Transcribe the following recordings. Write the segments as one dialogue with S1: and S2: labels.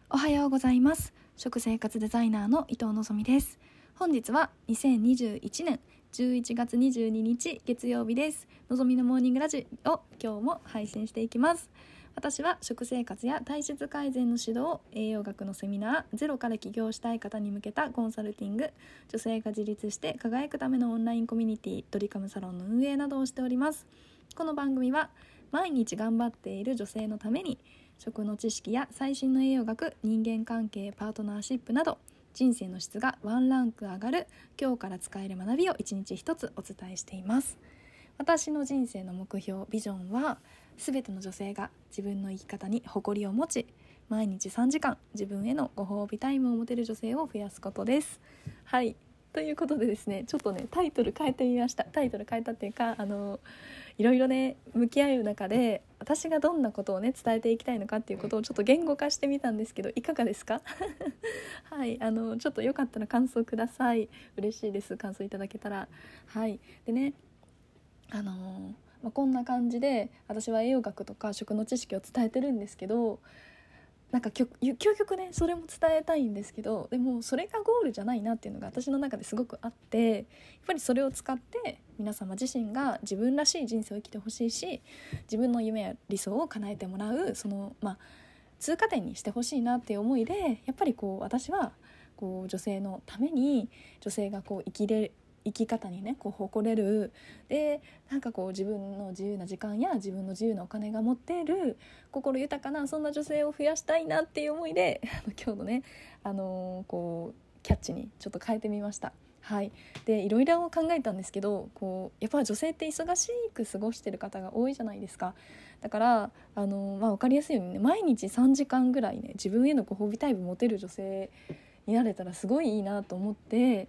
S1: おはようございます。食生活デザイナーの伊藤のぞみです。本日は2021年11月22日月曜日です。のぞみのモーニングラジオを今日も配信していきます。私は食生活や体質改善の指導、栄養学のセミナー、ゼロから起業したい方に向けたコンサルティング、女性が自立して輝くためのオンラインコミュニティ、ドリカムサロンの運営などをしております。この番組は毎日頑張っている女性のために食の知識や最新の栄養学、人間関係、パートナーシップなど人生の質がワンランク上がる今日から使える学びを一日一つお伝えしています。私の人生の目標、ビジョンは全ての女性が自分の生き方に誇りを持ち、毎日3時間自分へのご褒美タイムを持てる女性を増やすことです。はい、ということでですね、ちょっとねタイトル変えてみました。タイトル変えたっていうかいろいろね向き合う中で私がどんなことをね伝えていきたいのかっていうことをちょっと言語化してみたんですけど、いかがですか？はい、ちょっとよかったら感想ください。嬉しいです、感想いただけたら。はい、でねこんな感じで私は栄養学とか食の知識を伝えてるんですけど、なんか究極ねそれも伝えたいんですけど、でもそれがゴールじゃないなっていうのが私の中ですごくあって、やっぱりそれを使って皆様自身が自分らしい人生を生きてほしいし、自分の夢や理想を叶えてもらう通過点にしてほしいなっていう思いで、やっぱり私は女性のために、女性が生き方にね誇れる、でなんか自分の自由な時間や自分の自由なお金が持っている心豊かなそんな女性を増やしたいなっていう思いで今日のねキャッチにちょっと変えてみました。はい、でいろいろ考えたんですけど、やっぱ女性って忙しく過ごしてる方が多いじゃないですか。だから分かりやすいようにね、毎日3時間ぐらいね自分へのご褒美タイム持てる女性になれたらすごいいいなと思って、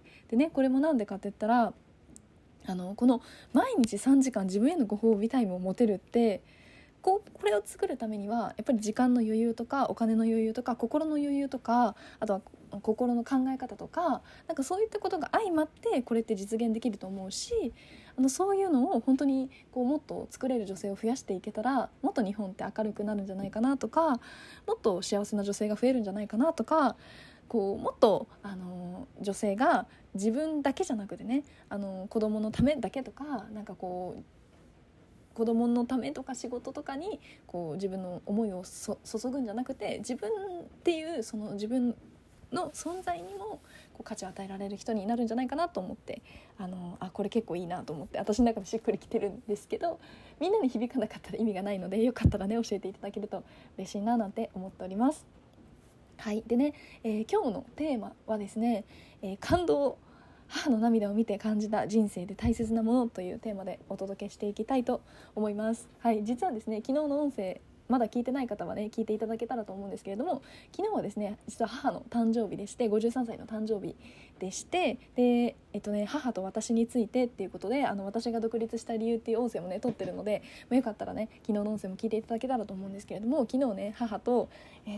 S1: でねこれもなんでかって言ったらこの毎日3時間自分へのご褒美タイムを持てるって、これを作るためにはやっぱり時間の余裕とかお金の余裕とか心の余裕とか、あとは心の考え方とか、なんかそういったことが相まってこれって実現できると思うし、そういうのを本当にもっと作れる女性を増やしていけたら、もっと日本って明るくなるんじゃないかなとか、もっと幸せな女性が増えるんじゃないかなとか、もっと女性が自分だけじゃなくてね、子供のためだけとか、なんか子供のためとか仕事とかに自分の思いを注ぐんじゃなくて、自分っていうその自分の存在にも価値を与えられる人になるんじゃないかなと思って、これ結構いいなと思って私の中でしっくりきてるんですけど、みんなに響かなかったら意味がないので、よかったらね教えていただけると嬉しいななんて思っております。はい、でね、今日のテーマはですね、感動、母の涙を見て感じた人生で大切なものというテーマでお届けしていきたいと思います。はい、実はですね、昨日の音声まだ聞いてない方はね聞いていただけたらと思うんですけれども、昨日はですね実は母の誕生日でして、53歳の誕生日でして、で母と私についてっていうことで、私が独立した理由っていう音声もね撮ってるので、よかったらね昨日の音声も聞いていただけたらと思うんですけれども、昨日ね母と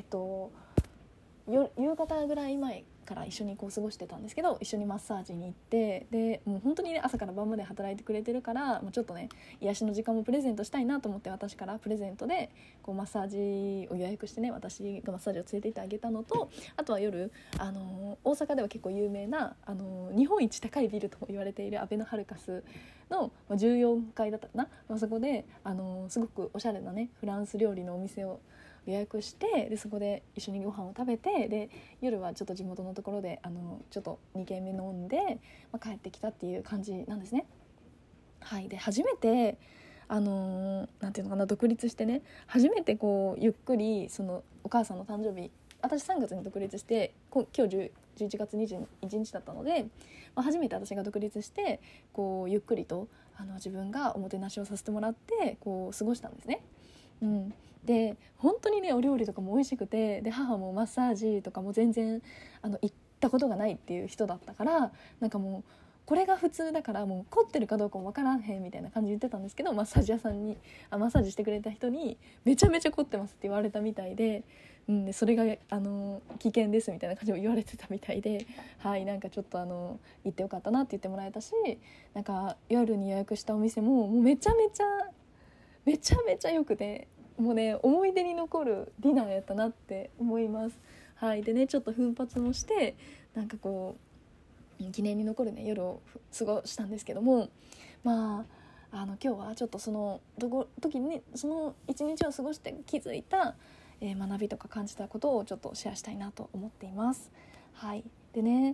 S1: 夕方ぐらい前から一緒に過ごしてたんですけど、一緒にマッサージに行って、でもう本当にね朝から晩まで働いてくれてるから、ちょっとね癒しの時間もプレゼントしたいなと思って、私からプレゼントでマッサージを予約してね、私がマッサージを連れて行ってあげたのと、あとは夜大阪では結構有名な日本一高いビルとも言われているアベノハルカスの14階だったかな、そこですごくおしゃれなねフランス料理のお店を予約して、でそこで一緒にご飯を食べて、で夜はちょっと地元のところでちょっと2軒目飲んで、帰ってきたっていう感じなんですね。はい、で初めてなんていうのかな、独立してね初めてゆっくりそのお母さんの誕生日、私3月に独立して今日11月21日だったので、初めて私が独立してゆっくりと自分がおもてなしをさせてもらって過ごしたんですね。で本当にねお料理とかも美味しくて、で母もマッサージとかも全然行ったことがないっていう人だったから、なんかもうこれが普通だからもう凝ってるかどうかも分からへんみたいな感じで言ってたんですけど、マッサージ屋さんにマッサージしてくれた人にめちゃめちゃ凝ってますって言われたみたいで、でそれが危険ですみたいな感じを言われてたみたいで、はい、なんかちょっと行ってよかったなって言ってもらえたし、夜に予約したお店ももうめちゃめちゃ良くて、 もうね思い出に残るディナーやったなって思います。はい。でねちょっと奮発もしてなんかこう記念に残るね夜を過ごしたんですけども、まあ今日はちょっとその時にその一日を過ごして気づいた、学びとか感じたことをちょっとシェアしたいなと思っています。はい。でね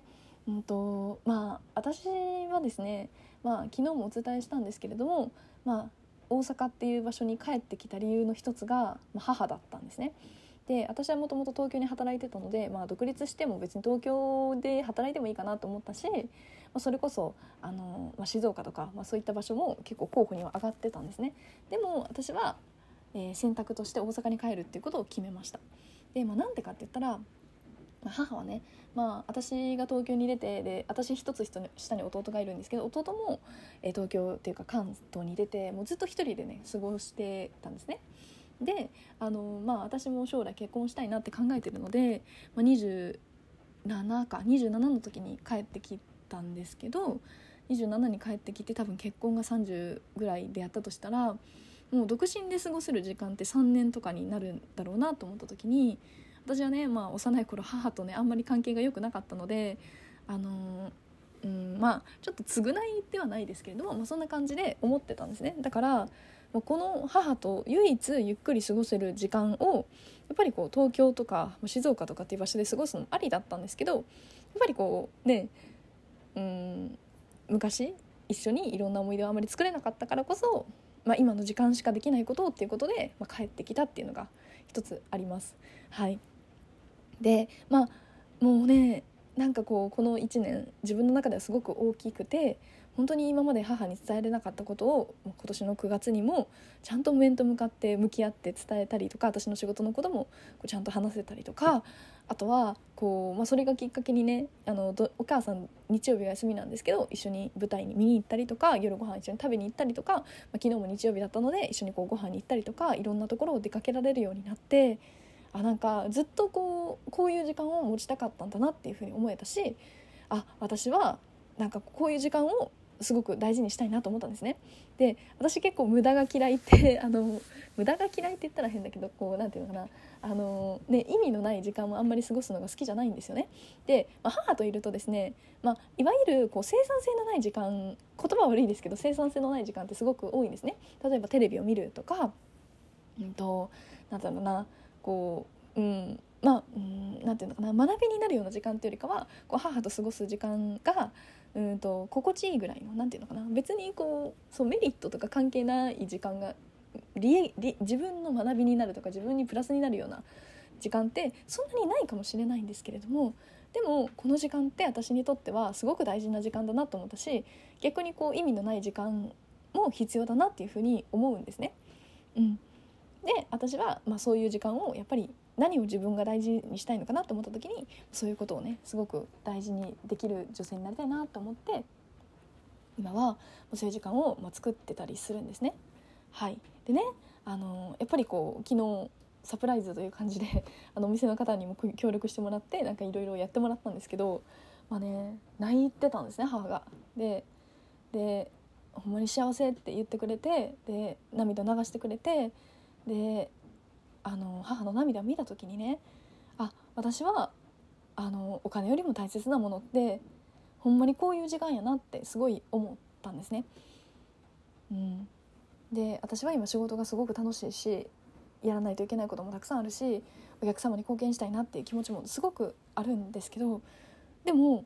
S1: 私はですね、昨日もお伝えしたんですけれども、大阪っていう場所に帰ってきた理由の一つが、母だったんですね。で私はもともと東京に働いてたので、独立しても別に東京で働いてもいいかなと思ったし、それこそ静岡とか、そういった場所も結構候補には上がってたんですね。でも私は、選択として大阪に帰るっていうことを決めました。で、なんでかって言ったら、母はね、私が東京に出て、で私一つ下に弟がいるんですけど、弟も、東京っていうか関東に出てもうずっと一人でね過ごしてたんですね。で私も将来結婚したいなって考えてるので、27の時に帰ってきたんですけど、27に帰ってきて多分結婚が30ぐらいでやったとしたら、もう独身で過ごせる時間って3年とかになるんだろうなと思った時に、私はね、幼い頃母とねあんまり関係が良くなかったので、ちょっと償いではないですけれども、そんな感じで思ってたんですね。だからこの母と唯一ゆっくり過ごせる時間をやっぱりこう東京とか静岡とかっていう場所で過ごすのもありだったんですけど、やっぱりこうね、昔一緒にいろんな思い出をあまり作れなかったからこそ、今の時間しかできないことをっていうことで、帰ってきたっていうのが一つあります。はい。でもうね、なんかこの1年自分の中ではすごく大きくて、本当に今まで母に伝えれなかったことを今年の9月にもちゃんと面と向かって向き合って伝えたりとか、私の仕事のこともちゃんと話せたりとか、あとはそれがきっかけにね、お母さん日曜日が休みなんですけど、一緒に舞台に見に行ったりとか、夜ご飯一緒に食べに行ったりとか、昨日も日曜日だったので一緒にご飯に行ったりとか、いろんなところを出かけられるようになって、なんかずっとこういう時間を持ちたかったんだなっていうふうに思えたし、私はなんかこういう時間をすごく大事にしたいなと思ったんですね。で、私結構無駄が嫌いって無駄が嫌いって言ったら変だけど、なんていうのかな、意味のない時間もあんまり過ごすのが好きじゃないんですよね。で、母といるとですね、いわゆる生産性のない時間、言葉は悪いですけど生産性のない時間ってすごく多いんですね。例えばテレビを見るとか、なんていうのかな、なんていうのかな、学びになるような時間っていうよりかは、母と過ごす時間が心地いいぐらいの、なんていうのかな、別にメリットとか関係ない時間が自分の学びになるとか自分にプラスになるような時間ってそんなにないかもしれないんですけれども、でもこの時間って私にとってはすごく大事な時間だなと思ったし、逆に意味のない時間も必要だなっていうふうに思うんですね。で、私はそういう時間をやっぱり何を自分が大事にしたいのかなと思った時に、そういうことをねすごく大事にできる女性になりたいなと思って、今はそういう時間を作ってたりするんですね。はい。でね、やっぱり昨日サプライズという感じでお店の方にも協力してもらって、なんかいろいろやってもらったんですけど、泣いてたんですね、母が。でほんまに幸せって言ってくれて、で涙流してくれて、で母の涙を見た時にね、私はお金よりも大切なものってほんまにこういう時間やなってすごい思ったんですね。で、私は今仕事がすごく楽しいし、やらないといけないこともたくさんあるし、お客様に貢献したいなっていう気持ちもすごくあるんですけど、でも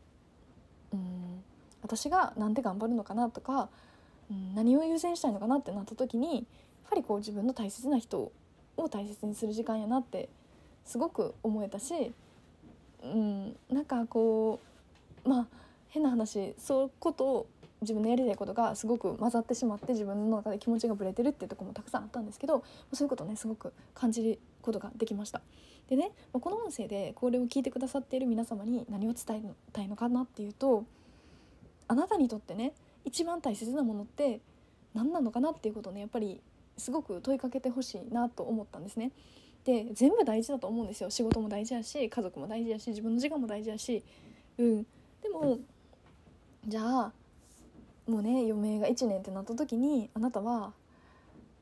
S1: 私がなんで頑張るのかなとか、何を優先したいのかなってなった時に、やっぱり自分の大切な人を大切にする時間やなってすごく思えたし、なんか変な話、そういうことを自分のやりたいことがすごく混ざってしまって、自分の中で気持ちがブレてるっていうところもたくさんあったんですけど、そういうことをねすごく感じることができました。でね、この音声でこれを聞いてくださっている皆様に何を伝えたいのかなっていうと、あなたにとってね一番大切なものって何なのかなっていうことをね、やっぱりすごく問いかけてほしいなと思ったんですね。で、全部大事だと思うんですよ。仕事も大事やし、家族も大事やし、自分の時間も大事やし、でもじゃあもうね余命が1年ってなった時に、あなたは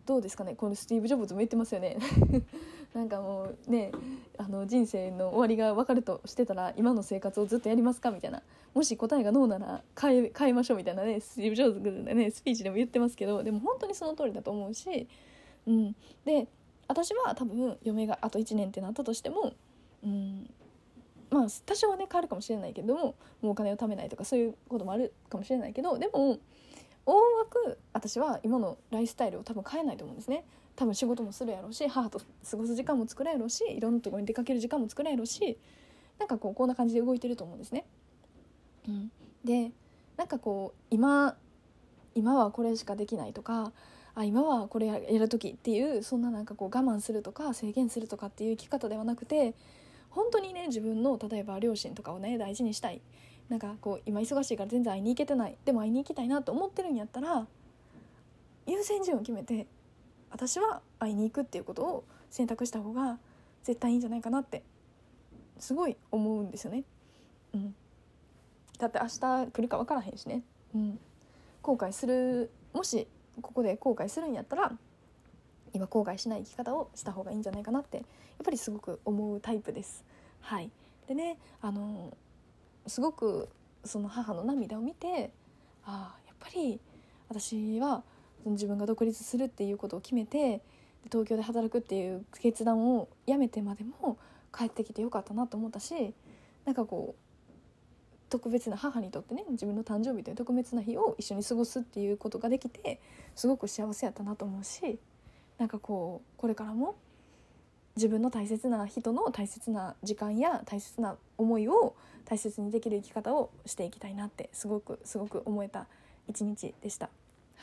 S1: どうですかね、このスティーブ・ジョブズも言ってますよねなんかもうね、人生の終わりが分かるとしてたら今の生活をずっとやりますかみたいな、もし答えがノーなら変えましょうみたいなね、スティーブ・ジョブズでねスピーチでも言ってますけど、でも本当にその通りだと思うし、で私は多分嫁があと1年ってなったとしても、まあ多少はね変わるかもしれないけども、もうお金を貯めないとかそういうこともあるかもしれないけど、でも大枠私は今のライフスタイルを多分変えないと思うんですね。多分仕事もするやろうし、母と過ごす時間も作るやろうし、いろんなところに出かける時間も作るやろうし、なんかこんな感じで動いてると思うんですね。でなんか今はこれしかできないとか、今はこれやる時っていう、そんななんか我慢するとか制限するとかっていう生き方ではなくて、本当にね自分の例えば両親とかをね大事にしたい、なんか今忙しいから全然会いに行けてない、でも会いに行きたいなと思ってるんやったら、優先順位を決めて私は会いに行くっていうことを選択した方が絶対いいんじゃないかなってすごい思うんですよね。だって明日来るか分からへんしね。後悔する、もしここで後悔するんやったら今後悔しない生き方をした方がいいんじゃないかなってやっぱりすごく思うタイプです。でね、すごくその母の涙を見て、やっぱり私は自分が独立するっていうことを決めて、東京で働くっていう決断をやめてまでも帰ってきてよかったなと思ったし、なんか特別な母にとってね、自分の誕生日という特別な日を一緒に過ごすっていうことができてすごく幸せやったなと思うし、なんかこれからも自分の大切な人の大切な時間や大切な思いを大切にできる生き方をしていきたいなってすごく思えた一日でした。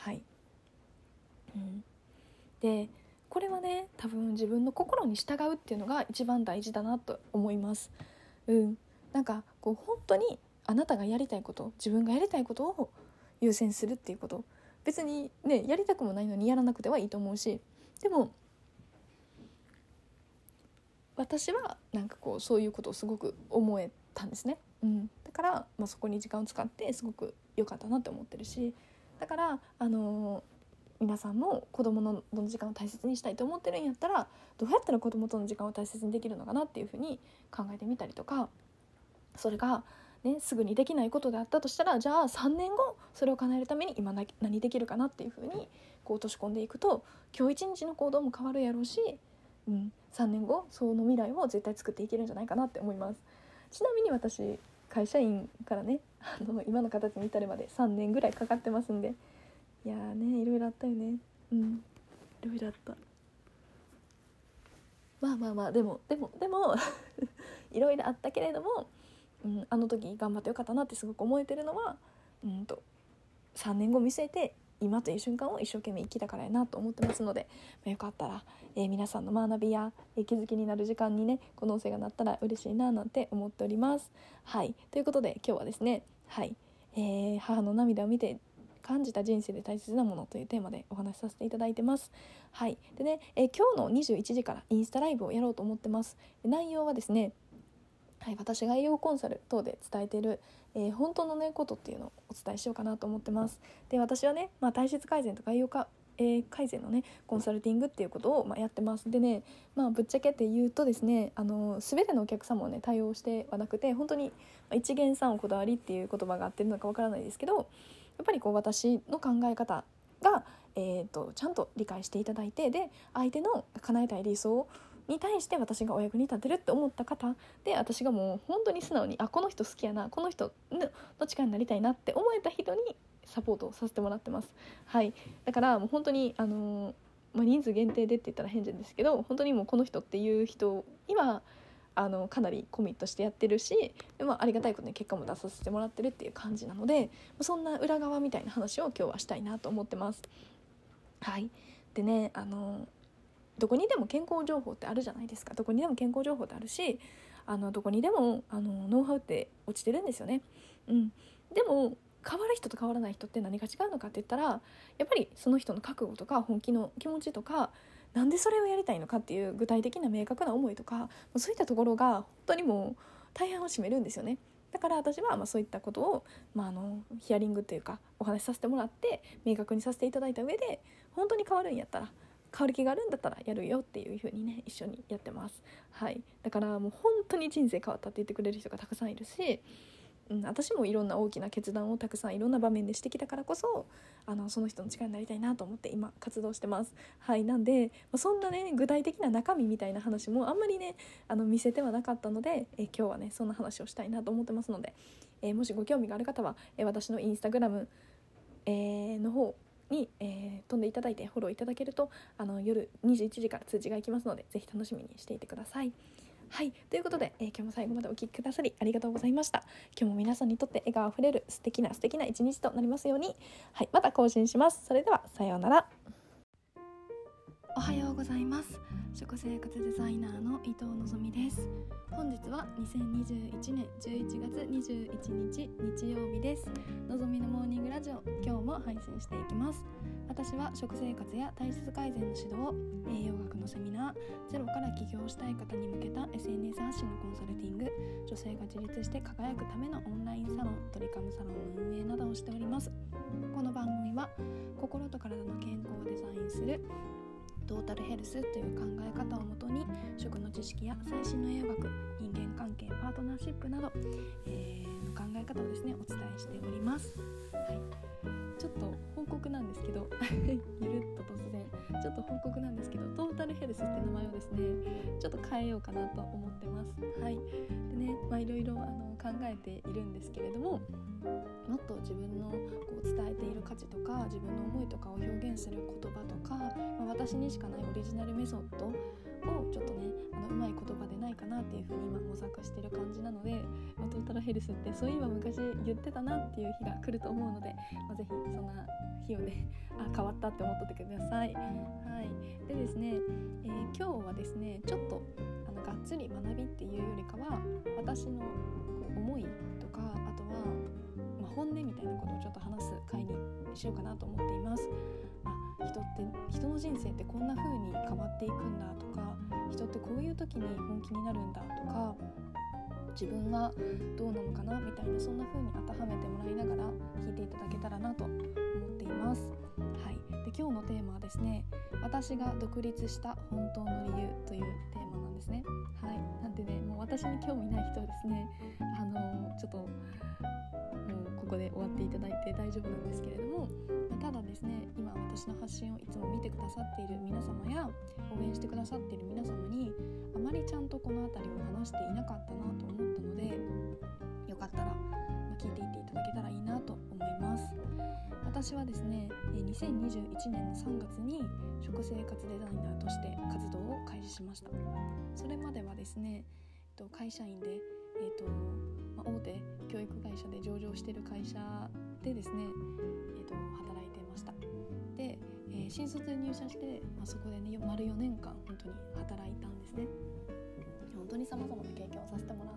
S1: でこれはね、多分自分の心に従うっていうのが一番大事だなと思います。なんか本当にあなたがやりたいこと、自分がやりたいことを優先するっていうこと、別にねやりたくもないのにやらなくてはいいと思うし、でも私はなんかそういうことをすごく思えたんですね。だから、そこに時間を使ってすごく良かったなって思ってるし、だから皆さんも子供の時間を大切にしたいと思ってるんやったら、どうやったら子供との時間を大切にできるのかなっていうふうに考えてみたりとか、それがすぐにできないことであったとしたら、じゃあ3年後それを叶えるために今何できるかなっていうふうに落とし込んでいくと、今日一日の行動も変わるやろうし、3年後その未来を絶対作っていけるんじゃないかなって思います。ちなみに私会社員からね今の形に至るまで3年ぐらいかかってますんで、いやーね、いろいろあったよね。いろいろあった。でもいろいろあったけれども、あの時頑張ってよかったなってすごく思えてるのは、3年後見据えて今という瞬間を一生懸命生きたからやなと思ってますので、よかったら、皆さんの学びや、気づきになる時間にねこの音声がなったら嬉しいななんて思っております。ということで今日はですね、母の涙を見て感じた人生で大切なものというテーマでお話しさせていただいてます。でね、今日の21時からインスタライブをやろうと思ってます。内容はですね、私が栄養コンサル等で伝えている、本当のねことっていうのをお伝えしようかなと思ってます。で私はね、体質改善とか栄養改善のねコンサルティングっていうことをやってます。でね、ぶっちゃけて言うとですね、全てのお客様をね対応してはなくて、本当に一元さんおこだわりっていう言葉があってるのかわからないですけど、やっぱり私の考え方が、ちゃんと理解していただいて、で相手の叶えたい理想に対して私がお役に立てるって思った方で、私がもう本当に素直にこの人好きやな、この人の力になりたいなって思えた人にサポートをさせてもらってます。だからもう本当に人数限定でって言ったら変ですけど、本当にもうこの人っていう人にはかなりコミットしてやってるし、で、ありがたいことに結果も出させてもらってるっていう感じなので、そんな裏側みたいな話を今日はしたいなと思ってます。でね、どこにでも健康情報ってあるじゃないですか。どこにでも健康情報ってあるし、どこにでもノウハウって落ちてるんですよね。でも変わる人と変わらない人って何が違うのかって言ったら、やっぱりその人の覚悟とか本気の気持ちとか、なんでそれをやりたいのかっていう具体的な明確な思いとか、そういったところが本当にもう大半を占めるんですよね。だから私はそういったことを、ヒアリングというかお話しさせてもらって明確にさせていただいた上で、本当に変わるんやったら変わる気があるんだったらやるよっていう風にね一緒にやってます。はい、だからもう本当に人生変わったって言ってくれる人がたくさんいるし、私もいろんな大きな決断をたくさんいろんな場面でしてきたからこそその人の力になりたいなと思って今活動してます。はい、なんでそんなね具体的な中身みたいな話もあんまりね見せてはなかったので、今日はねそんな話をしたいなと思ってますので、もしご興味がある方は、私のインスタグラム、の方に、飛んでいただいてフォローいただけると夜21時から通知がいきますので、ぜひ楽しみにしていてください。はい、ということで、今日も最後までお聞きくださりありがとうございました。今日も皆さんにとって笑顔あふれる素敵な一日となりますように。はい、また更新します。それではさようなら。おはようございます。食生活デザイナーの伊藤のぞみです。本日は2021年11月21日日曜日です。のぞみのモーニングラジオ、今日も配信していきます。私は食生活や体質改善の指導、栄養学のセミナー、ゼロから起業したい方に向けた SNS 発信のコンサルティング、女性が自立して輝くためのオンラインサロン、トリカムサロンの運営などをしております。この番組は心と体の健康をデザインするトータルヘルスという考え方をもとに、食の知識や最新の栄養学、人間関係、パートナーシップなど、の考え方をですねお伝えしております。はい、ちょっと報告なんですけどゆるっと突然ちょっと報告なんですけど、トータルヘルスって名前をですねちょっと変えようかなと思ってます。はい、でね、いろいろ考えているんですけれども、もっと自分のこう伝えている価値とか自分の思いとかを表現する言葉とか、私にしかないオリジナルメソッドをちょっとねうまい言葉でないかなっていうふうに今模索してる感じなので、トータルヘルスってそういえば昔言ってたなっていう日が来ると思うので、ぜひそんな日をね変わったって思っとってください。はい、でですね、今日はですねちょっとがっつり学びっていうよりかは私のこう思いとか、あとは本音みたいなことをちょっと話す回にしようかなと思っています。人の人生ってこんな風に変わっていくんだとか、人ってこういう時に本気になるんだとか、自分はどうなのかなみたいな、そんな風に当てはめてもらいながら聞いていただけたらなと思っています。はい、で今日のテーマはですね、私が独立した本当の理由というテーマなんですね。はい、なんでね、もう私に興味ない人はですねちょっともうここで終わっていただいて大丈夫なんですけれども、ただですね、今私の発信をいつも見てくださっている皆様や応援してくださっている皆様にあまりちゃんとこのあたりを話していなかったなと思ったので、よかったら聞いていっていただけたらいいなと思います。私はですね、2021年の3月に食生活デザイナーとして活動を開始しました。それまではですね、会社員で、大手教育会社で上場している会社でですね、働いていました。で、新卒で入社して、そこでね丸4年間本当に働いたんですね。本当に様々な経験をさせてもらって、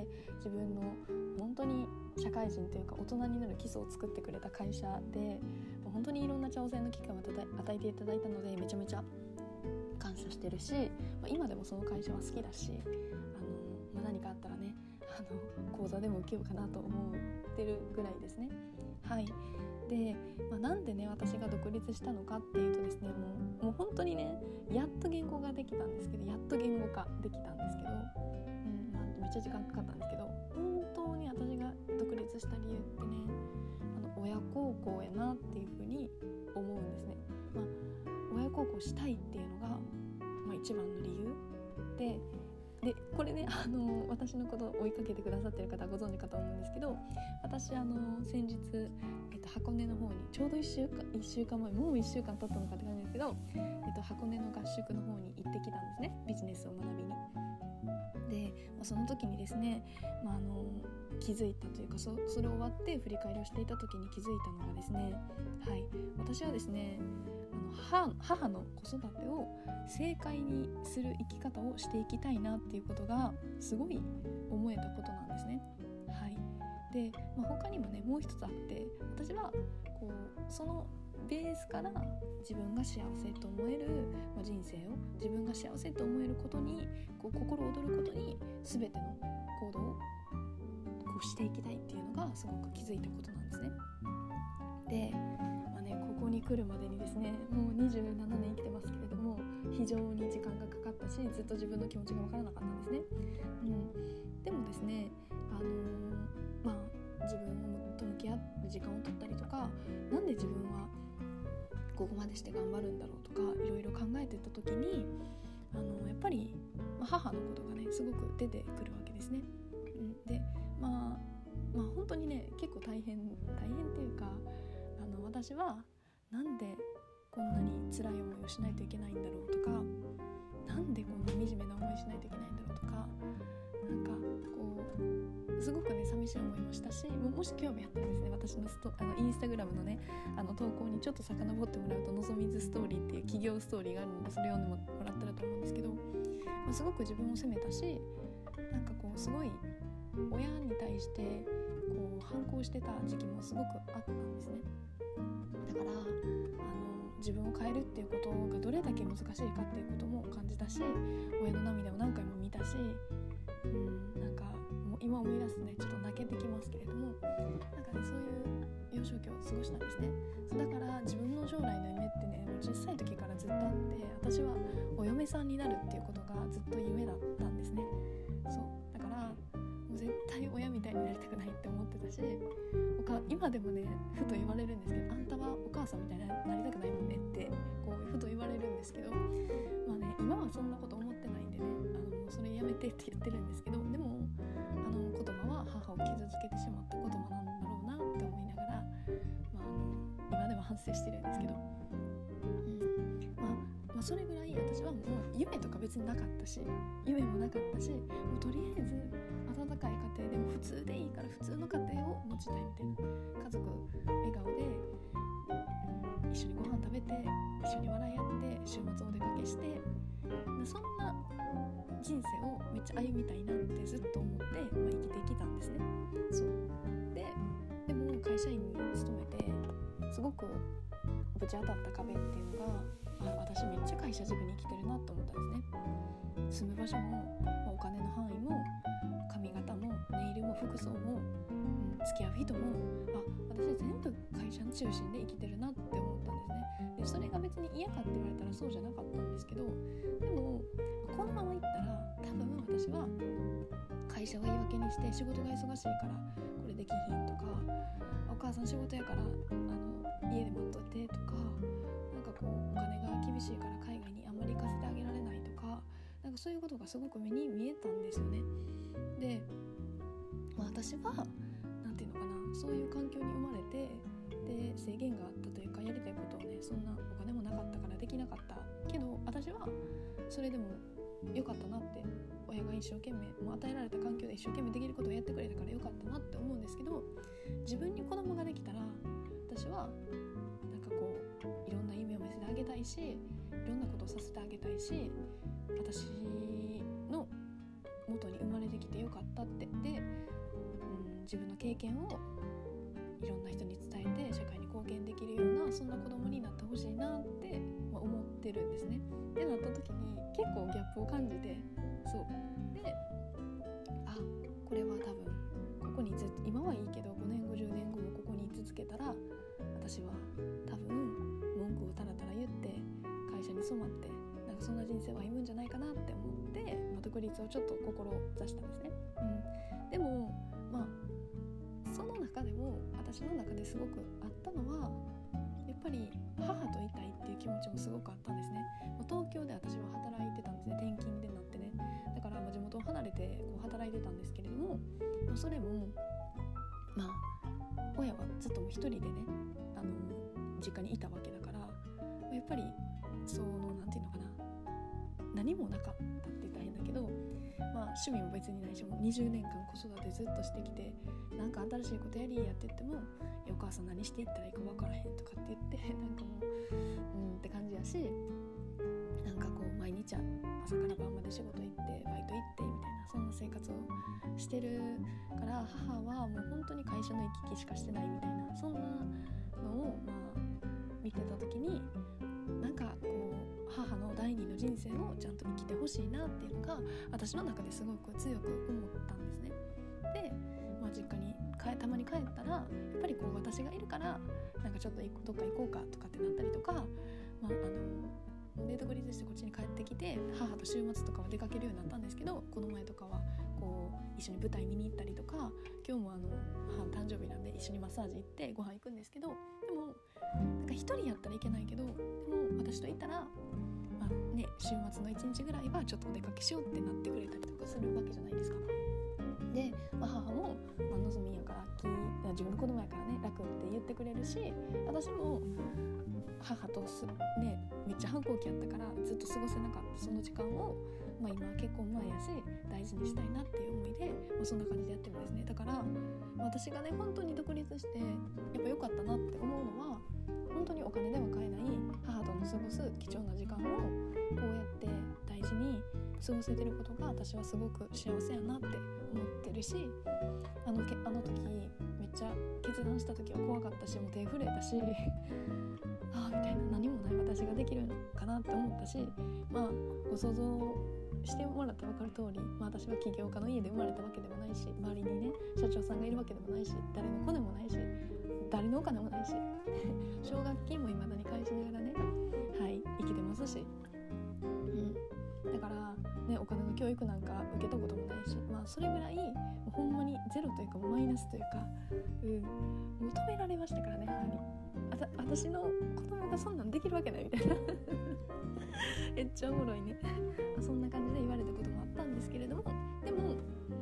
S1: 自分の本当に社会人というか大人になる基礎を作ってくれた会社で、本当にいろんな挑戦の機会を与えていただいたので、めちゃめちゃ感謝してるし、今でもその会社は好きだし、何かあったらね講座でも受けようかなと思ってるぐらいですね。はい。で、なんでね私が独立したのかっていうとですね、もう本当にねやっと言語ができたんですけど、やっと言語化できたんですけど、めっちゃ時間かかったんですけど、本当に私が独立した理由ってね、親孝行やなっていうふうに思うんですね。親孝行したいっていうのが、一番の理由で、これね私のことを追いかけてくださってる方はご存知かと思うんですけど、私先日、箱根の方にちょうど1週間前、もう1週間経ったのかって感じですけど、箱根の合宿の方に行ってきたんですね、ビジネスを学びに。で、その時にですね、気づいたというか、それ終わって振り返りをしていた時に気づいたのがですね、はい、私はですね母の子育てを正解にする生き方をしていきたいなっていうことがすごい思えたことなんですね。はい。で、他にもねもう一つあって、私はこうそのベースから自分が幸せと思える、人生を自分が幸せと思えることにこう心躍ることに全ての行動をこうしていきたいっていうのがすごく気づいたことなんですね。で、ここに来るまでにですね、もう27年生きてますけれども、 非常に時間がかかったし、ずっと自分の気持ちが分からなかったんですね。でもですね、自分と向き合う時間を取ったりとか、なんで自分はここまでして頑張るんだろうとかいろいろ考えてた時にやっぱり、母のことがねすごく出てくるわけですね。で本当にね結構大変っていうか、私はなんでこんなに辛い思いをしないといけないんだろうとか、なんでこんな惨めな思いしないといけないんだろうとか、なんかこうすごくね寂しい思いもしたし、もし興味あったらですね、私のインスタグラムのね投稿にちょっと遡ってもらうと、のぞみずストーリーっていう企業ストーリーがあるので、それ読んでもらったらと思うんですけど、すごく自分を責めたし、なんかこうすごい親に対してこう反抗してた時期もすごくあったんですね。だから自分を変えるっていうことがどれだけ難しいかっていうことも感じたし、親の涙を何回も見たし、なんかもう今思い出すとねちょっと泣けてきますけれども、なんかねそういう幼少期を過ごしたんですね。だから自分の将来の夢ってね、もう小さい時からずっとあって、私はお嫁さんになるっていうことがずっと夢だったんですね。だからもう絶対親みたいになりたくないって思ってたし、今でもねふと言われるんですけど、あんたはお母さんみたいになりたくないもんねってこうふと言われるんですけど、今はそんなこと思ってないんでね、もうそれやめてって言ってるんですけど、でも言葉は母を傷つけてしまった言葉なんだろうなって思いながら、今でも反省してるんですけど、それぐらい私はもう夢とか別になかったし、夢もなかったし、もうとりあえず温かい家庭でも普通でいいから普通の家庭を持ちたいみたいな、家族笑顔で、一緒にご飯食べて一緒に笑い合って週末お出かけして、そんな人生をめっちゃ歩みたいなってずっと思って、生きてきたんですね。でも会社員に勤めてすごくぶち当たった壁っていうのが、私めっちゃ会社軸に生きてるなと思ったんですね。住む場所も、お金の範囲も髪型もネイルも服装も、付き合う人も私全部会社の中心で生きてるなって思ったんですね。でそれが別に嫌かって言われたらそうじゃなかったんですけど、でもこのままいったら多分私は会社を言い訳にして仕事が忙しいからこれできひんとか、お母さん仕事やから家で待っといてとか、なんかこうお金が厳しいから海外にあんまり行かせてあげられないとか、なんかそういうことがすごく目に見えたんですよね。で、私はなんていうのかな、そういう環境に生まれて、で制限があったというか、やりたいことをねそんなお金もなかったからできなかったけど、私はそれでも良かったなって、親が一生懸命与えられた環境で一生懸命できることをやってくれたから良かったなって思うんですけど、自分に子供ができたら私はなんかこういろんな夢を見せてあげたいし、いろんなことをさせてあげたいし、私の元に生まれてきてよかったって、で、自分の経験をいろんな人に伝えて社会に貢献できるような、そんな子供になってほしいなって、思ってるんですね。でなった時に結構ギャップを感じて、でこれは多分ここにずっと、今はいいけど5年後10年後もここに居続けたら、私は多分文句をたらたら言って会社に染まって、なんかそんな人生を歩むんじゃないかなって思って、独立をちょっと志したんですね。でもその中でも私の中ですごくあったのは、やっぱり母といたいっていう気持ちもすごくあったんですね。東京で私は働いてたんですね、転勤でなってね。だから地元を離れてこう働いてたんですけれども、それも親はずっとも一人でね実家にいたわけだから、やっぱりなんていうのかな、何もなかったって言ったら変だけど、趣味も別にないし、もう20年間子育てずっとしてきて、なんか新しいことやりやって言っても、お母さん何していったらいいか分からへんとかって言って、なんかもうって感じやし、なんかこう毎日朝から晩まで仕事行ってバイト行ってみたいな、そんな生活をしてるから、母はもう本当に会社の行き来しかしてないみたいな、そんなのを見てた時に、なんかこう母の第二の人生をちゃんと生きてほしいなっていうのが私の中ですごく強く思ったんですね。で、実家にたまに帰ったら、やっぱりこう私がいるから、なんかちょっとどっか行こうかとかってなったりとか、 独立してこっちに帰ってきて母と週末とかは出かけるようになったんですけど、この前とかはこう一緒に舞台見に行ったりとか、今日も母の誕生日なんで一緒にマッサージ行ってご飯行くんですけど、でもなんか一人やったらいけないけど、でも私といたら、週末の1日ぐらいはちょっとお出かけしようってなってくれたりとかするわけじゃないですか。で、母も、のぞみやから自分の子供やからね楽って言ってくれるし、私も母とめっちゃ反抗期やったからずっと過ごせなかったその時間を、今結婚前やし大事にしたいなっていう思いで、そんな感じでやってるんですね。だから私がね本当に独立してやっぱ良かったなって思うのは、本当にお金では買えない母との過ごす貴重な時間をこうやって大事に過ごせてることが私はすごく幸せやなって思ってるし、あの時めっちゃ決断した時は怖かったし、もう手震えたしみたいな、何もない私ができるのかなって思ったし、ご想像してもらって分かる通り、私は起業家の家で生まれたわけでもないし、周りにね社長さんがいるわけでもないし、誰の子でもないし、誰のお金もないし奨学金も未だに返しながらね、生きてますし、だからね、お金の教育なんか受けたこともないし、それぐらいもうほんまにゼロというかマイナスというか、求められましたからね、母に。私の子供がそんなんできるわけないみたいなめっちゃおもろいねそんな感じで言われたこともあったんですけれども、でも、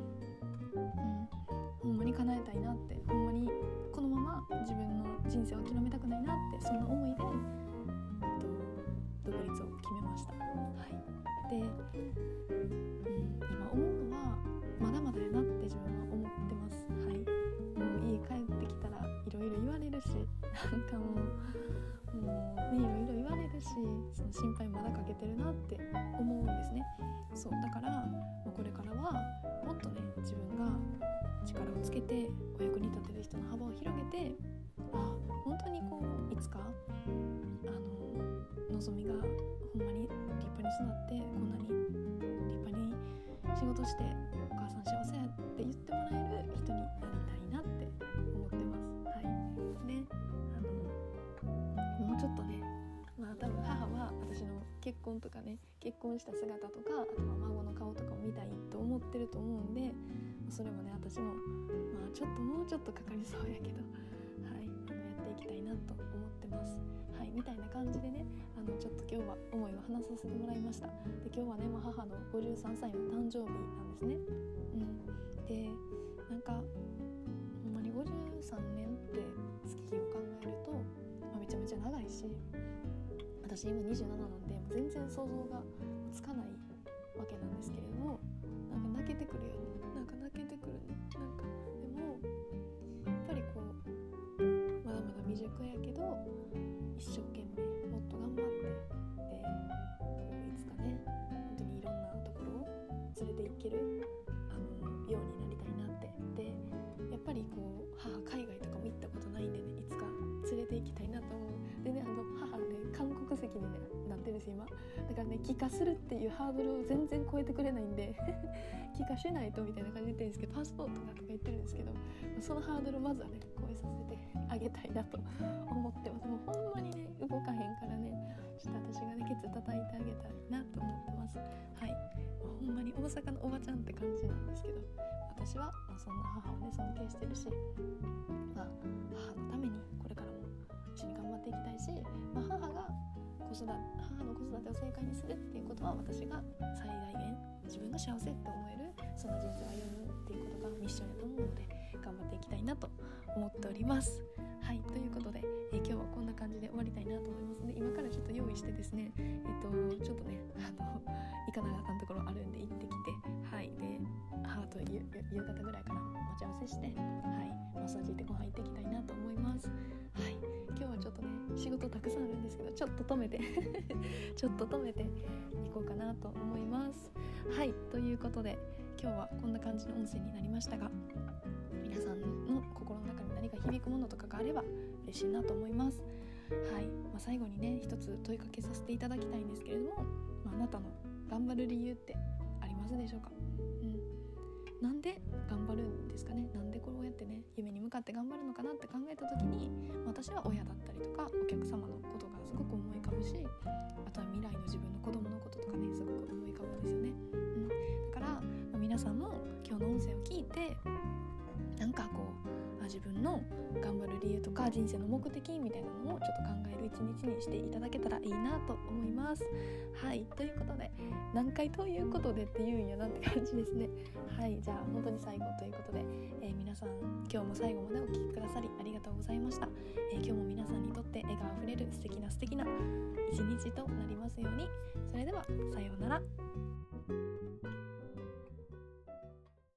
S1: ほんまに叶えたいなって、ほんまにこのまま自分の人生を諦めたくないなって、そんな思いで、独立を決めました。で、今思うのはまだまだやなって自分は思ってます。もう家帰ってきたらいろいろ言われるし、なんかもうね、いろいろ言われるし、その心配まだかけてるなって思うんですね。そうだからこれからはもっとね、自分が力をつけてお役に立てる人の幅を広げて、本当にこういつかのぞみがほんまに立派に育ってこんなに立派に仕事してお母さん幸せやって言ってもらえる人になりたいなって思ってます。で、もうちょっとね、多分母は私の結婚とかね、結婚した姿とか、あとは孫の顔とかを見たいと思ってると思うんで、それもね私ももうちょっとかかりそうやけど、やっていきたいなと思ってます。みたいな感じでね、ちょっと今日は思いを話させてもらいました。で、今日はね、母の53歳の誕生日なんですね。で、なんかほんまに53年って月を考えると、めちゃめちゃ長いし、私今27なんで全然想像がつかないわけなんですけれども、なんか泣けてくるよね。でもやっぱりこうまだまだ未熟やけど一生懸命もっと頑張って、でこういつかね本当にいろんなところを連れて行けるようになりたいなって。でやっぱりこう母海外とかも行ったことないんでね、いつか連れて行きたいなと思う。でね、母ね韓国籍に、なってるんです今。だからね、帰化するっていうハードルを全然超えてくれないんで帰化しないとみたいな感じで言ってるんですけど、パスポートがとか言ってるんですけど、そのハードルをまずはね超えさせてあげたいなと思ってます。もうほんまにね動かへんからね、ちょっと私がねケツ叩いてあげたいなと思ってます。ほんまに大阪のおばちゃんって感じなんですけど、私はそんな母をね尊敬してるし、母のためにこれからも一緒に頑張っていきたいし、母の子育てを正解にするっていうことは、私が最大限自分が幸せって思えるそんな人生を歩むっていうことがミッションやと思うので、頑張っていきたいなと思っております。ということで、今日はこんな感じで終わりたいなと思いますので、今からちょっと用意してですね、ちょっとね行かなあかんところあるんで行ってきて、で母と夕方ぐらいから待ち合わせして、マッサージ行ってご飯行ってきたいなと思います。今日はちょっとね仕事たくさんあるんですけど、ちょっと止めて行こうかなと思います。ということで今日はこんな感じの音声になりましたが、皆さんの心の中に何か響くものとかがあれば嬉しいなと思います。最後にね一つ問いかけさせていただきたいんですけれども、あなたの頑張る理由ってありますでしょうか。 なんで頑張るんですかね、なんでこうやってね夢に向かって頑張るのかなって考えた時に、私は親だったりとかお客様のことがすごく思い浮かぶし、あとは未来の自分の子供のこととかねすごく思い浮かぶんですよね、だから、皆さんも今日の音声を聞いてなんかこう自分の頑張る理由とか人生の目的みたいなのをちょっと考える一日にしていただけたらいいなと思います。はい、ということで何回ということでって言うんやなって感じですね。はい、じゃあ本当に最後ということで、皆さん今日も最後までお聞きくださりありがとうございました。今日も皆さんにとって笑顔あふれる素敵な一日となりますように。それではさようなら。